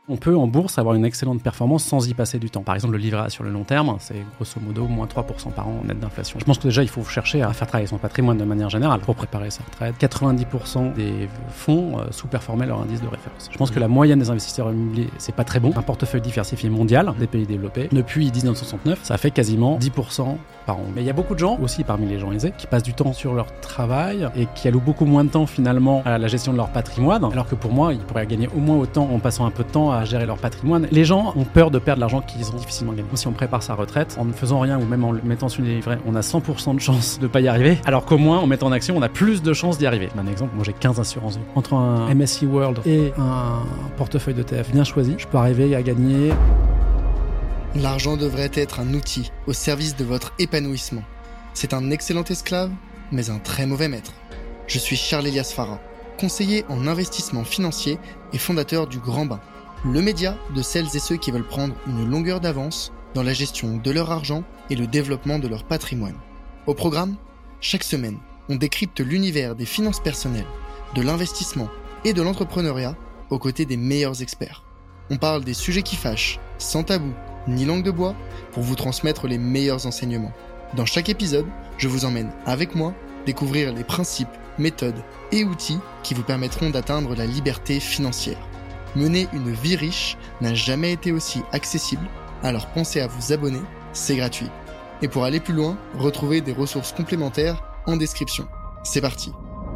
On peut en bourse avoir une excellente performance sans y passer du temps. Par exemple, le livret A sur le long terme, c'est grosso modo moins 3% par an net d'inflation. Je pense que déjà, il faut chercher à faire travailler son patrimoine de manière générale pour préparer sa retraite. 90% des fonds sous-performaient leur indice de référence. Je pense que la moyenne des investisseurs immobiliers, c'est pas très bon. Un portefeuille diversifié mondial des pays développés, depuis 1969, ça fait quasiment 10% par an. Mais il y a beaucoup de gens, aussi parmi les gens aisés, qui passent du temps sur leur travail et qui allouent beaucoup moins de temps finalement à la gestion de leur patrimoine, alors que pour moi, ils pourraient gagner au moins autant en passant un peu de temps à gérer leur patrimoine. Les gens ont peur de perdre l'argent qu'ils ont difficilement gagné. Si on prépare sa retraite, en ne faisant rien ou même en le mettant sur des livrets, on a 100% de chance de pas y arriver, alors qu'au moins en mettant en action, on a plus de chances d'y arriver. Un exemple, moi j'ai 15 assurances vie. Entre un MSCI World et un portefeuille d'ETF bien choisi, je peux arriver à gagner. L'argent devrait être un outil au service de votre épanouissement. C'est un excellent esclave, mais un très mauvais maître. Je suis Charles Elias Farah, conseiller en investissement financier et fondateur du Grand Bain, le média de celles et ceux qui veulent prendre une longueur d'avance dans la gestion de leur argent et le développement de leur patrimoine. Au programme, chaque semaine, on décrypte l'univers des finances personnelles, de l'investissement et de l'entrepreneuriat aux côtés des meilleurs experts. On parle des sujets qui fâchent, sans tabou ni langue de bois, pour vous transmettre les meilleurs enseignements. Dans chaque épisode, je vous emmène avec moi découvrir les principes, méthodes et outils qui vous permettront d'atteindre la liberté financière. Mener une vie riche n'a jamais été aussi accessible, alors pensez à vous abonner, c'est gratuit. Et pour aller plus loin, retrouvez des ressources complémentaires en description. C'est parti.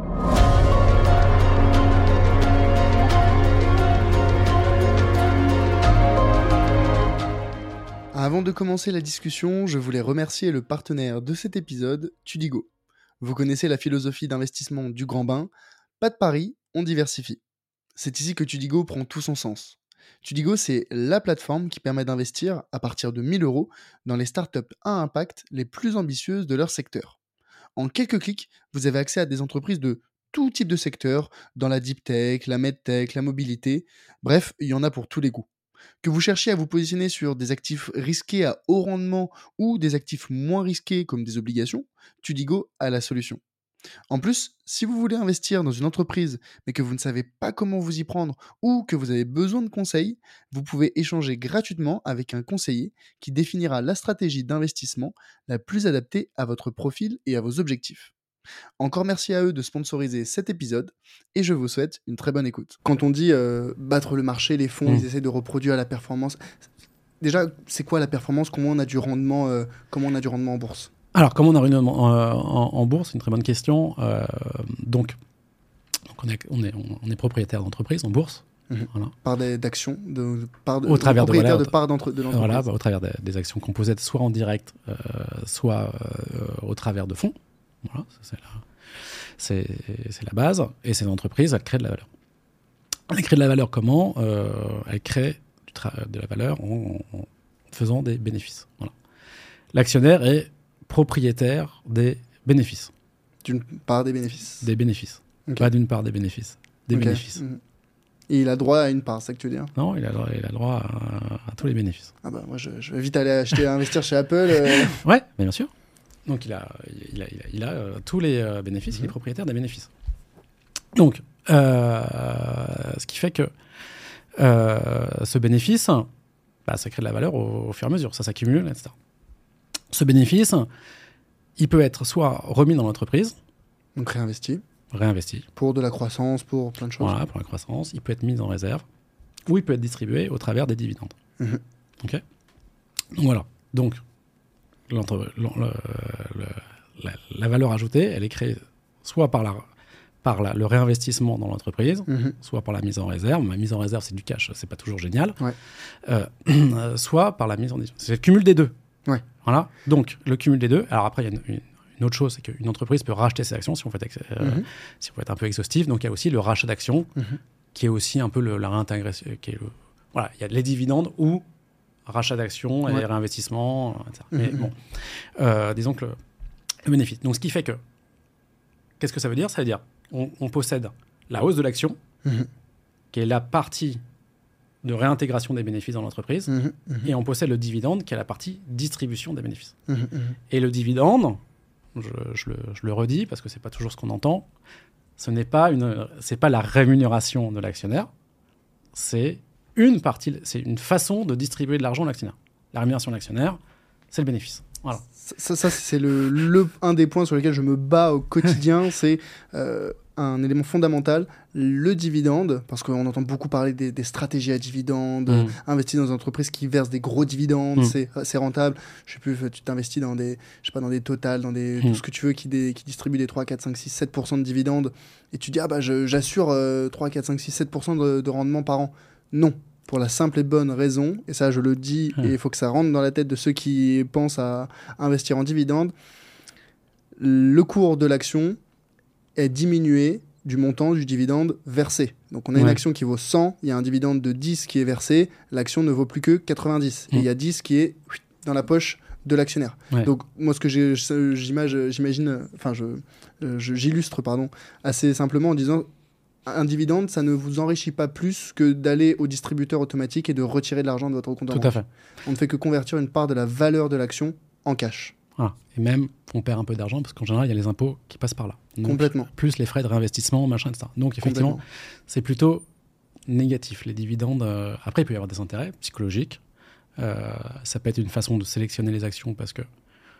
Avant de commencer la discussion, je voulais remercier le partenaire de cet épisode, Tudigo. Vous connaissez la philosophie d'investissement du Grand Bain, pas de pari, on diversifie. C'est ici que Tudigo prend tout son sens. Tudigo, c'est la plateforme qui permet d'investir à partir de 1 000 € dans les startups à impact les plus ambitieuses de leur secteur. En quelques clics, vous avez accès à des entreprises de tout type de secteur, dans la deep tech, la medtech, la mobilité, bref, il y en a pour tous les goûts. Que vous cherchiez à vous positionner sur des actifs risqués à haut rendement ou des actifs moins risqués comme des obligations, Tudigo a la solution. En plus, si vous voulez investir dans une entreprise mais que vous ne savez pas comment vous y prendre ou que vous avez besoin de conseils, vous pouvez échanger gratuitement avec un conseiller qui définira la stratégie d'investissement la plus adaptée à votre profil et à vos objectifs. Encore merci à eux de sponsoriser cet épisode et je vous souhaite une très bonne écoute. Quand on dit battre le marché, les fonds, ils essaient de reproduire la performance. Déjà, c'est quoi la performance ? Comment on a du rendement en bourse ? Alors, comment on a en bourse ? C'est une très bonne question. Donc on est propriétaire d'entreprise en bourse. Voilà. Par d'actions, au travers de parts de l'entreprise. Voilà, au travers des actions qu'on possède soit en direct, soit au travers de fonds. Voilà, c'est la base. Et ces entreprises, elles créent de la valeur. Elles créent de la valeur comment ? Elles créent de la valeur en faisant des bénéfices. Voilà. L'actionnaire est propriétaire des bénéfices. D'une part des bénéfices. Des bénéfices. Okay. Pas d'une part des bénéfices. Des bénéfices. Et il a droit à une part, c'est ça que tu veux dire ? Non, il a droit à tous les bénéfices. Ah bah moi je vais vite aller investir chez Apple. Ouais, bien sûr. Donc il a tous les bénéfices, il est propriétaire des bénéfices. Donc, ce qui fait que ce bénéfice, ça crée de la valeur au fur et à mesure, ça s'accumule, etc. Ce bénéfice, il peut être soit remis dans l'entreprise. Donc réinvesti. Pour de la croissance, pour plein de choses. Voilà, pour la croissance. Il peut être mis en réserve ou il peut être distribué au travers des dividendes. OK ? Donc voilà. Donc, la valeur ajoutée, elle est créée soit par le réinvestissement dans l'entreprise, soit par la mise en réserve. La mise en réserve, c'est du cash, c'est pas toujours génial. Ouais. Soit par la mise en réserve. C'est le cumul des deux. Ouais. Voilà. Donc, le cumul des deux. Alors après, il y a une autre chose, c'est qu'une entreprise peut racheter ses actions si on veut être un peu exhaustif. Donc, il y a aussi le rachat d'actions, qui est aussi un peu la réintégration. Voilà, il y a les dividendes ou rachat d'actions et réinvestissement, etc. Mais bon, disons que le bénéfice. Donc, ce qui fait que, qu'est-ce que ça veut dire ? Ça veut dire on possède la hausse de l'action, qui est la partie de réintégration des bénéfices dans l'entreprise, et on possède le dividende, qui est la partie distribution des bénéfices. Et le dividende, je le redis, parce que ce n'est pas toujours ce qu'on entend, c'est pas la rémunération de l'actionnaire, c'est une partie, c'est une façon de distribuer de l'argent à l'actionnaire. La rémunération de l'actionnaire, c'est le bénéfice. Voilà. Ça c'est un des points sur lesquels je me bats au quotidien, c'est un élément fondamental, le dividende, parce qu'on entend beaucoup parler des stratégies à dividendes, investir dans des entreprises qui versent des gros dividendes, c'est rentable. Je sais plus, tu t'investis dans des Total, dans tout ce que tu veux qui distribue des 3, 4, 5, 6, 7% de dividendes, et tu dis, j'assure 3, 4, 5, 6, 7% de rendement par an. Non. Pour la simple et bonne raison, et ça je le dis, et il faut que ça rentre dans la tête de ceux qui pensent à investir en dividendes, le cours de l'action est diminué du montant du dividende versé. Donc on a une action qui vaut 100, il y a un dividende de 10 qui est versé, l'action ne vaut plus que 90. Et il y a 10 qui est dans la poche de l'actionnaire. Donc moi ce que j'illustre assez simplement en disant un dividende, ça ne vous enrichit pas plus que d'aller au distributeur automatique et de retirer de l'argent de votre compte en banque. Tout à fait. On ne fait que convertir une part de la valeur de l'action en cash. Voilà. Et même, on perd un peu d'argent parce qu'en général, il y a les impôts qui passent par là. Donc, complètement. Plus les frais de réinvestissement, machin, etc. Donc, effectivement, c'est plutôt négatif. Les dividendes, après, il peut y avoir des intérêts psychologiques. Ça peut être une façon de sélectionner les actions parce que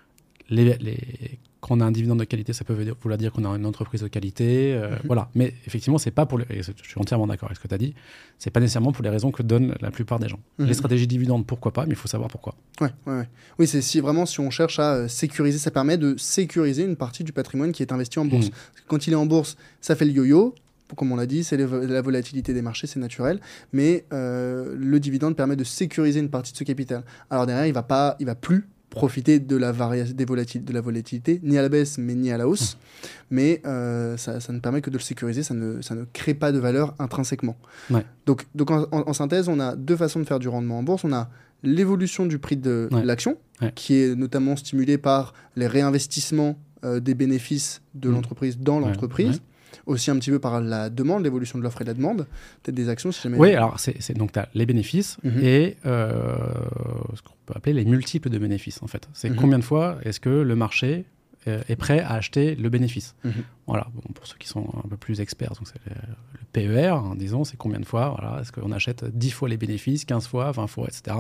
quand on a un dividende de qualité, ça peut vouloir dire qu'on a une entreprise de qualité. Voilà. Mais effectivement, c'est pas pour je suis entièrement d'accord avec ce que tu as dit. C'est pas nécessairement pour les raisons que donnent la plupart des gens. Les stratégies dividendes, pourquoi pas, mais il faut savoir pourquoi. Oui, c'est si on cherche à sécuriser, ça permet de sécuriser une partie du patrimoine qui est investi en bourse. Parce que quand il est en bourse, ça fait le yo-yo. Comme on l'a dit, c'est la volatilité des marchés, c'est naturel. Mais le dividende permet de sécuriser une partie de ce capital. Alors derrière, il va plus profiter de la volatilité, ni à la baisse, mais ni à la hausse. Mais ça ne permet que de le sécuriser, ça ne crée pas de valeur intrinsèquement. Donc en synthèse, on a deux façons de faire du rendement en bourse. On a l'évolution du prix de l'action, qui est notamment stimulée par les réinvestissements des bénéfices de l'entreprise dans l'entreprise. Aussi un petit peu par la demande, l'évolution de l'offre et de la demande, peut-être des actions si jamais... Oui, alors donc tu as les bénéfices et ce qu'on peut appeler les multiples de bénéfices en fait. C'est combien de fois est-ce que le marché est prêt à acheter le bénéfice. Voilà, bon, pour ceux qui sont un peu plus experts, donc c'est le PER, hein, disons, c'est combien de fois, voilà, est-ce qu'on achète 10 fois les bénéfices, 15 fois, 20 fois, etc.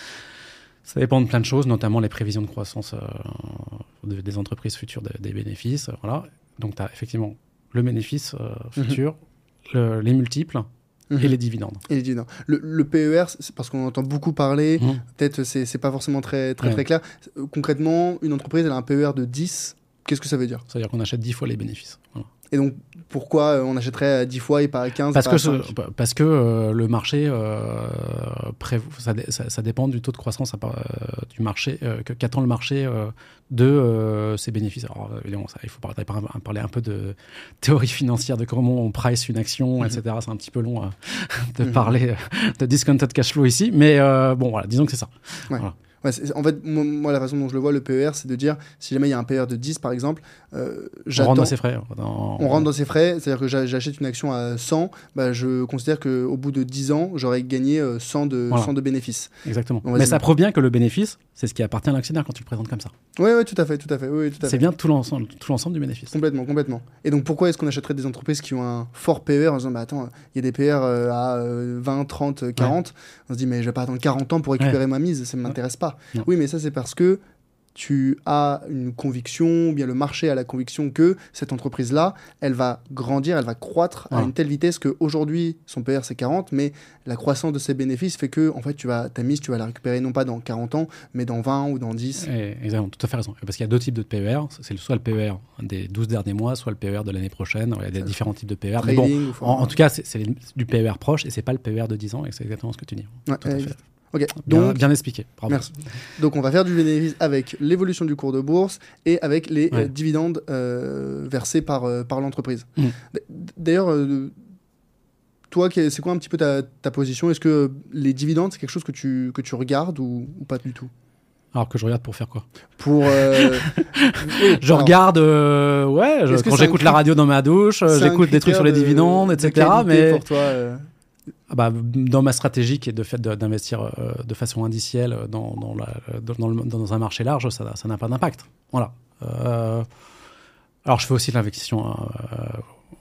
Ça dépend de plein de choses, notamment les prévisions de croissance des entreprises futures des bénéfices. Voilà. Donc tu as effectivement le bénéfice futur, les multiples et les dividendes. Et les dividendes. Le PER, c'est parce qu'on entend beaucoup parler, peut-être c'est pas forcément très clair. Concrètement, une entreprise, elle a un PER de 10. Qu'est-ce que ça veut dire ? Ça veut dire qu'on achète 10 fois les bénéfices. Voilà. Et donc, pourquoi on achèterait 10 fois et pas 15 Parce que le marché, ça dépend du taux de croissance du marché, qu'attend le marché de ses bénéfices. Alors, évidemment, il faut parler un peu de théorie financière, de comment on price une action, etc. C'est un petit peu long de parler de discounted cash flow ici, mais bon, voilà, disons que c'est ça. Ouais. Voilà. Ouais, en fait, moi, la façon dont je le vois, le PER, c'est de dire, si jamais il y a un PER de 10, par exemple, j'attends... On rentre dans ses frais. On rentre dans ses frais, c'est-à-dire que j'achète une action à 100, je considère qu'au bout de 10 ans, j'aurais gagné 100 de bénéfices. Exactement. Mais ça prouve bien que le bénéfice, c'est ce qui appartient à l'actionnaire quand tu le présentes comme ça. Oui, tout à fait. Oui, tout à fait. C'est bien tout l'ensemble du bénéfice. Complètement. Et donc, pourquoi est-ce qu'on achèterait des entreprises qui ont un fort PER en disant, attends, il y a des PER à 20, 30, 40. On se dit, mais je vais pas attendre 40 ans pour récupérer ma mise, ça ne m'intéresse pas. Non. Oui, mais ça, c'est parce que tu as une conviction, ou bien le marché a la conviction que cette entreprise-là, elle va grandir, elle va croître à une telle vitesse qu'aujourd'hui, son PR, c'est 40, mais la croissance de ses bénéfices fait que, en fait, ta mise, tu vas la récupérer non pas dans 40 ans, mais dans 20 ou dans 10. Exactement, tout à fait raison. Parce qu'il y a deux types de PER. C'est soit le PER des 12 derniers mois, soit le PER de l'année prochaine. Il y a différents types de PER. Mais bon, en tout cas, c'est du PER proche et c'est pas le PER de 10 ans, et c'est exactement ce que tu dis. Ouais, tout à fait. Ok, donc bien expliqué. Bravo. Merci. Donc on va faire du bénéfice avec l'évolution du cours de bourse et avec les dividendes versés par l'entreprise. D'ailleurs, toi, c'est quoi un petit peu ta position ? Est-ce que les dividendes, c'est quelque chose que tu regardes ou pas du tout ? Alors que je regarde pour faire quoi ? Pour je regarde quand j'écoute la radio dans ma douche, j'écoute des trucs sur les dividendes, etc. Mais pour toi, dans ma stratégie qui est d'investir de façon indicielle dans un marché large, ça n'a pas d'impact. Voilà. Alors je fais aussi de l'investissement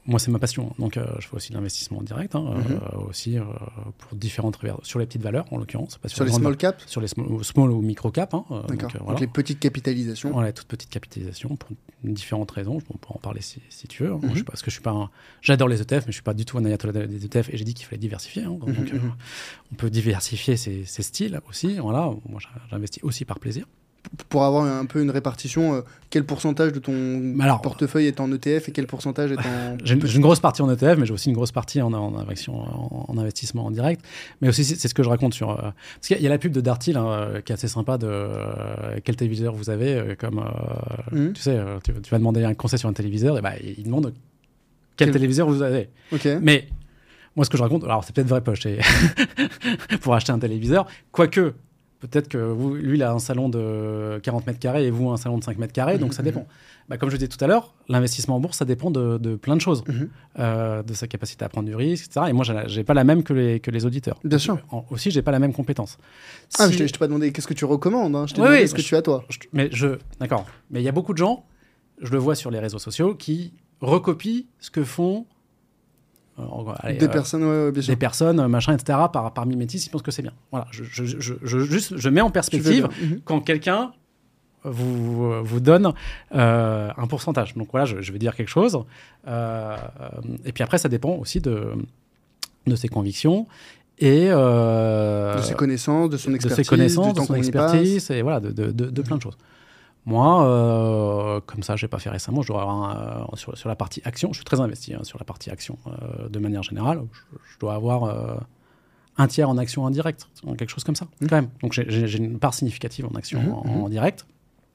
moi, c'est ma passion. Donc, je fais aussi de l'investissement en direct, aussi pour différentes sur les petites valeurs, en l'occurrence. Pas sur les small caps. Sur les small ou micro caps. D'accord. Donc, les petites capitalisations. Voilà, toutes petites capitalisations pour différentes raisons. On peut en parler si tu veux. Parce que je suis pas j'adore les ETF, mais je suis pas du tout un ayatollah des ETF. Et j'ai dit qu'il fallait diversifier. Donc, on peut diversifier ses styles aussi. Voilà. Moi, j'investis aussi par plaisir. Pour avoir un peu une répartition, quel pourcentage de ton portefeuille est en ETF et quel pourcentage est en... J'ai une grosse partie en ETF, mais j'ai aussi une grosse partie en investissement en direct. Mais aussi, c'est ce que je raconte sur... parce qu'il y a la pub de Darty qui est assez sympa de quel téléviseur vous avez. Tu sais, tu vas demander un conseil sur un téléviseur, et il demande quel téléviseur vous avez. Okay. Mais moi, ce que je raconte, alors c'est peut-être vrai, poche, pour acheter un téléviseur, quoique... Peut-être que lui, il a un salon de 40 mètres carrés et vous, un salon de 5 mètres carrés, donc ça dépend. Comme je disais tout à l'heure, l'investissement en bourse, ça dépend de plein de choses, de sa capacité à prendre du risque, etc. Et moi, je n'ai pas la même que les auditeurs. Bien sûr. Aussi, je n'ai pas la même compétence. Je t'ai pas demandé qu'est-ce que tu recommandes, je t'ai demandé ce que tu as toi. D'accord. Mais il y a beaucoup de gens, je le vois sur les réseaux sociaux, qui recopient ce que font... des personnes, bien sûr. Des personnes, machin, etc. Par mimétisme, ils pensent que c'est bien. Voilà, je mets en perspective quand quelqu'un vous donne un pourcentage. Donc voilà, je vais dire quelque chose. Et puis après, ça dépend aussi de ses convictions et de ses connaissances, de son expertise, de son expertise, et voilà, de plein de choses. Moi, comme ça, je n'ai pas fait récemment, je dois avoir sur la partie action, je suis très investi sur la partie action de manière générale, je dois avoir un tiers en action indirecte, quelque chose comme ça, quand même. Donc j'ai une part significative en action en direct,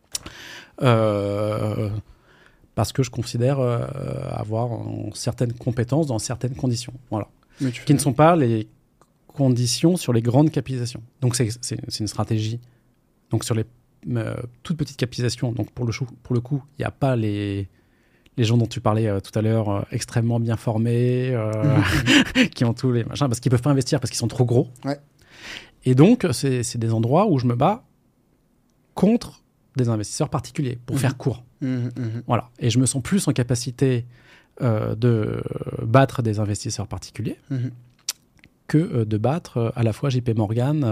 parce que je considère avoir certaines compétences dans certaines conditions, voilà, qui ne sont pas les conditions sur les grandes capitalisations. Donc c'est une stratégie. Donc sur les toute petite capitalisation, donc pour le coup, il n'y a pas les gens dont tu parlais tout à l'heure, extrêmement bien formés, qui ont tous les machins, parce qu'ils ne peuvent pas investir parce qu'ils sont trop gros. Ouais. Et donc, c'est des endroits où je me bats contre des investisseurs particuliers, pour faire court. Voilà. Et je me sens plus en capacité de battre des investisseurs particuliers que de battre à la fois JP Morgan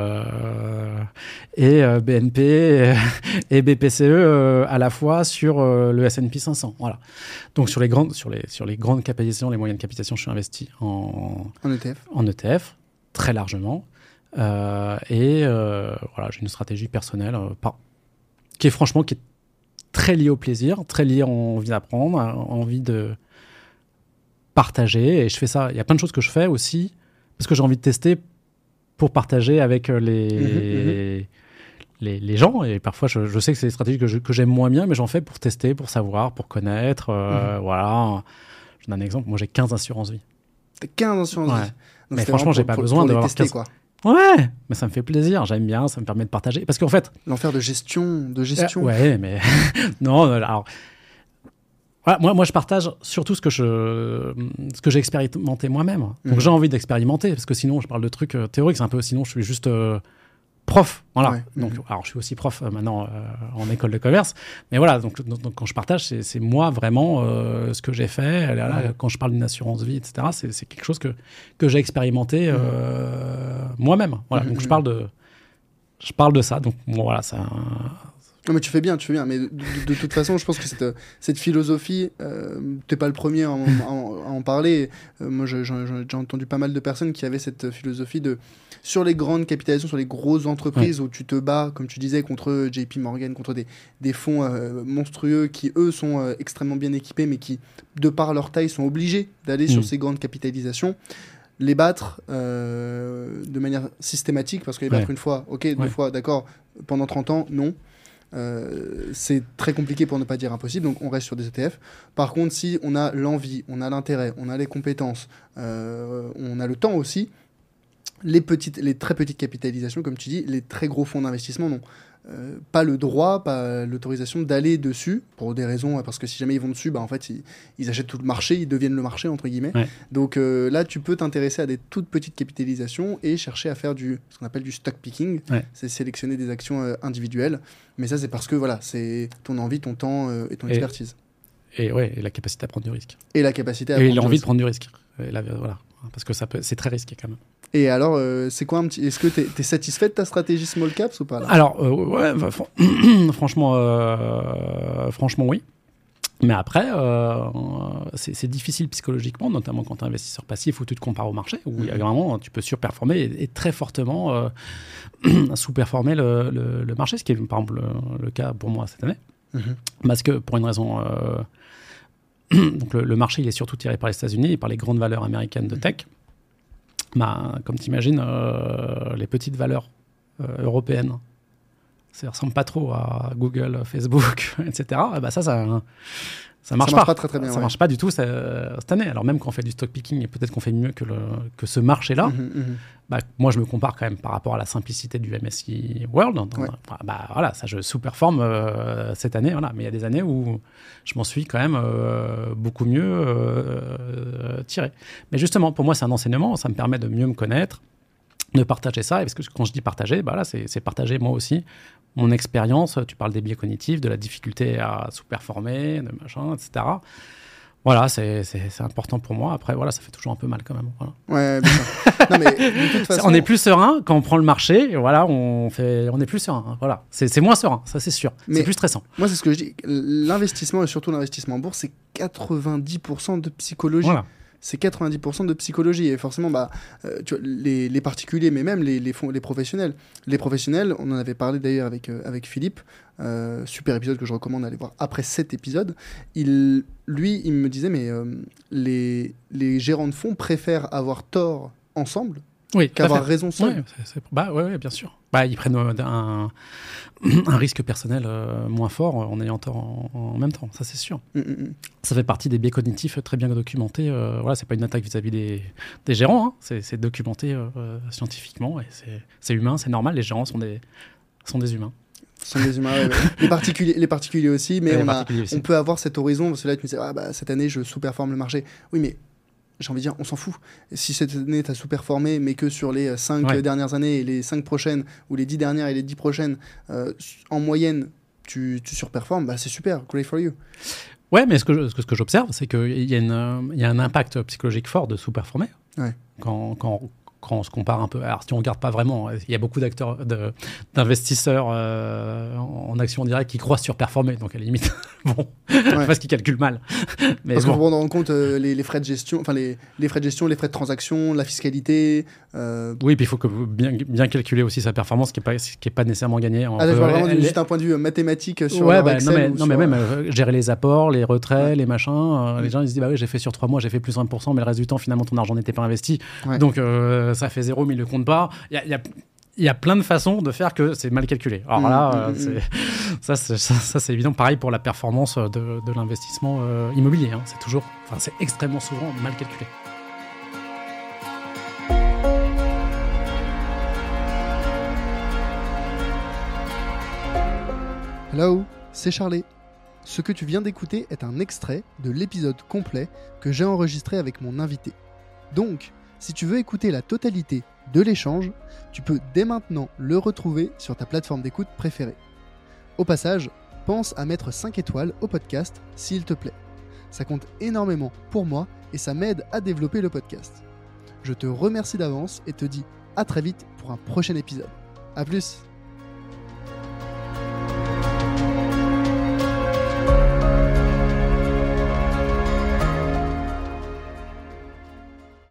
et BNP et BPCE à la fois sur le S&P 500. Voilà. Donc sur les grandes capitalisations, les moyennes capitalisations, je suis investi en ETF, très largement. Voilà, j'ai une stratégie personnelle qui est très liée au plaisir, très liée à envie d'apprendre, à envie de partager. Et je fais ça. Il y a plein de choses que je fais aussi parce que j'ai envie de tester pour partager avec les gens. Et parfois, je sais que c'est des stratégies que j'aime moins bien, mais j'en fais pour tester, pour savoir, pour connaître. Voilà. Je donne un exemple. Moi, j'ai 15 assurances vie. T'as 15 assurances vie. Donc, mais franchement, j'ai pas besoin d'avoir 15. Quoi. Ouais, mais ça me fait plaisir. J'aime bien, ça me permet de partager. Parce qu'en fait... L'enfer de gestion. Ouais, mais... non, alors... Voilà, moi, je partage surtout ce que j'ai expérimenté moi-même. Donc, j'ai envie d'expérimenter, parce que sinon, je parle de trucs théoriques. C'est un peu, sinon, je suis juste prof. Voilà. Ouais. Donc, alors, je suis aussi prof maintenant en école de commerce. Mais voilà, donc quand je partage, c'est moi vraiment ce que j'ai fait. Là, quand je parle d'une assurance vie, etc., c'est quelque chose que j'ai expérimenté moi-même. Voilà. Donc, je parle de ça. Donc, bon, voilà, ça... Non, mais tu fais bien, mais de toute façon, je pense que cette philosophie, t'es pas le premier à en parler. Moi, j'ai entendu pas mal de personnes qui avaient cette philosophie sur les grandes capitalisations, sur les grosses entreprises où tu te bats, comme tu disais, contre JP Morgan, contre des fonds monstrueux qui, eux, sont extrêmement bien équipés, mais qui, de par leur taille, sont obligés d'aller sur ces grandes capitalisations. Les battre de manière systématique, parce que les battre une fois, ok, deux fois, d'accord, pendant 30 ans, non. C'est très compliqué pour ne pas dire impossible, donc on reste sur des ETF. Par contre, si on a l'envie, on a l'intérêt, on a les compétences, on a le temps aussi, les très petites capitalisations, comme tu dis, les très gros fonds d'investissement n'ont pas le droit, pas l'autorisation d'aller dessus, pour des raisons, parce que si jamais ils vont dessus, en fait, ils achètent tout le marché, ils deviennent le marché, entre guillemets. Ouais. Donc là, tu peux t'intéresser à des toutes petites capitalisations et chercher à faire ce qu'on appelle du stock picking. Ouais. C'est sélectionner des actions individuelles. Mais ça, c'est parce que voilà, c'est ton envie, ton temps et ton expertise. Et la capacité à prendre du risque. Et la capacité à et prendre du l'envie risque. de prendre du risque. Voilà. Parce que c'est très risqué quand même. Et alors, c'est quoi est-ce que t'es satisfait de ta stratégie small caps ou pas là ? Alors, franchement, oui. Mais après, c'est difficile psychologiquement, notamment quand tu es investisseur passif où tu te compares au marché, où il y a vraiment, tu peux surperformer et très fortement sous-performer le marché, ce qui est par exemple le cas pour moi cette année. Parce que pour une raison... donc le marché, il est surtout tiré par les États-Unis et par les grandes valeurs américaines de tech. Comme tu imagines, les petites valeurs européennes, ça ne ressemble pas trop à Google, Facebook, etc. Ça marche pas très, très bien. Ça marche pas du tout cette année. Alors même quand on fait du stock picking, et peut-être qu'on fait mieux que ce marché-là, moi je me compare quand même par rapport à la simplicité du MSCI World. Voilà, ça je sous-performe cette année. Voilà. Mais il y a des années où je m'en suis quand même beaucoup mieux tiré. Mais justement, pour moi c'est un enseignement, ça me permet de mieux me connaître, de partager ça. Et parce que quand je dis partager, c'est partager moi aussi mon expérience. Tu parles des biais cognitifs, de la difficulté à sous-performer, de machin, etc. Voilà, c'est important pour moi. Après, voilà, ça fait toujours un peu mal quand même. Voilà. Ouais, bien sûr. Non, mais de toute façon... On est plus serein quand on prend le marché. Et voilà, on est plus serein. Voilà, c'est moins serein, ça c'est sûr. C'est plus stressant. Moi, c'est ce que je dis. L'investissement, et surtout l'investissement en bourse, c'est 90% de psychologie. Voilà. C'est 90% de psychologie. Et forcément, tu vois, les particuliers, mais même les professionnels. Les professionnels, on en avait parlé d'ailleurs avec Philippe, super épisode que je recommande d'aller voir après cet épisode. Il me disait, mais les gérants de fonds préfèrent avoir tort ensemble qu'avoir raison seul. Oui, bien sûr. Ils prennent un risque personnel moins fort en ayant tort en même temps, ça c'est sûr. Ça fait partie des biais cognitifs très bien documentés. C'est pas une attaque vis-à-vis des gérants, hein. C'est documenté scientifiquement et c'est humain, c'est normal. Les gérants sont des humains. Sont des humains, les particuliers aussi, mais on peut avoir cet horizon. Parce que là, tu me disais, cette année, je sous-performe le marché. Oui, mais j'ai envie de dire, on s'en fout. Si cette année, tu as sous-performé, mais que sur les 5 dernières années et les 5 prochaines, ou les 10 dernières et les 10 prochaines, en moyenne, tu surperformes, c'est super, great for you. Ouais, mais ce que j'observe, c'est qu'il y a un impact psychologique fort de sous-performer. Ouais. Quand on se compare un peu, alors si on ne regarde pas vraiment, il y a beaucoup d'investisseurs en action directe qui croient surperformer, donc à la limite, parce qu'ils calculent mal. Mais parce qu'on prend en compte les frais de gestion, enfin les frais de gestion, les frais de transaction, la fiscalité. Oui, puis il faut bien calculer aussi sa performance, qui est pas nécessairement gagnée. Vraiment juste un point de vue mathématique sur Excel. Mais même gérer les apports, les retraits, les machins. Les gens ils se disent oui, j'ai fait sur 3 mois, j'ai fait plus 1%, mais le reste du temps finalement ton argent n'était pas investi. Donc ça fait 0, mais il ne le compte pas. Il y a plein de façons de faire que c'est mal calculé. Alors là, c'est évident. Pareil pour la performance de l'investissement immobilier. Hein. C'est extrêmement souvent mal calculé. Hello, c'est Charlie. Ce que tu viens d'écouter est un extrait de l'épisode complet que j'ai enregistré avec mon invité. Donc, si tu veux écouter la totalité de l'échange, tu peux dès maintenant le retrouver sur ta plateforme d'écoute préférée. Au passage, pense à mettre 5 étoiles au podcast s'il te plaît. Ça compte énormément pour moi et ça m'aide à développer le podcast. Je te remercie d'avance et te dis à très vite pour un prochain épisode. À plus!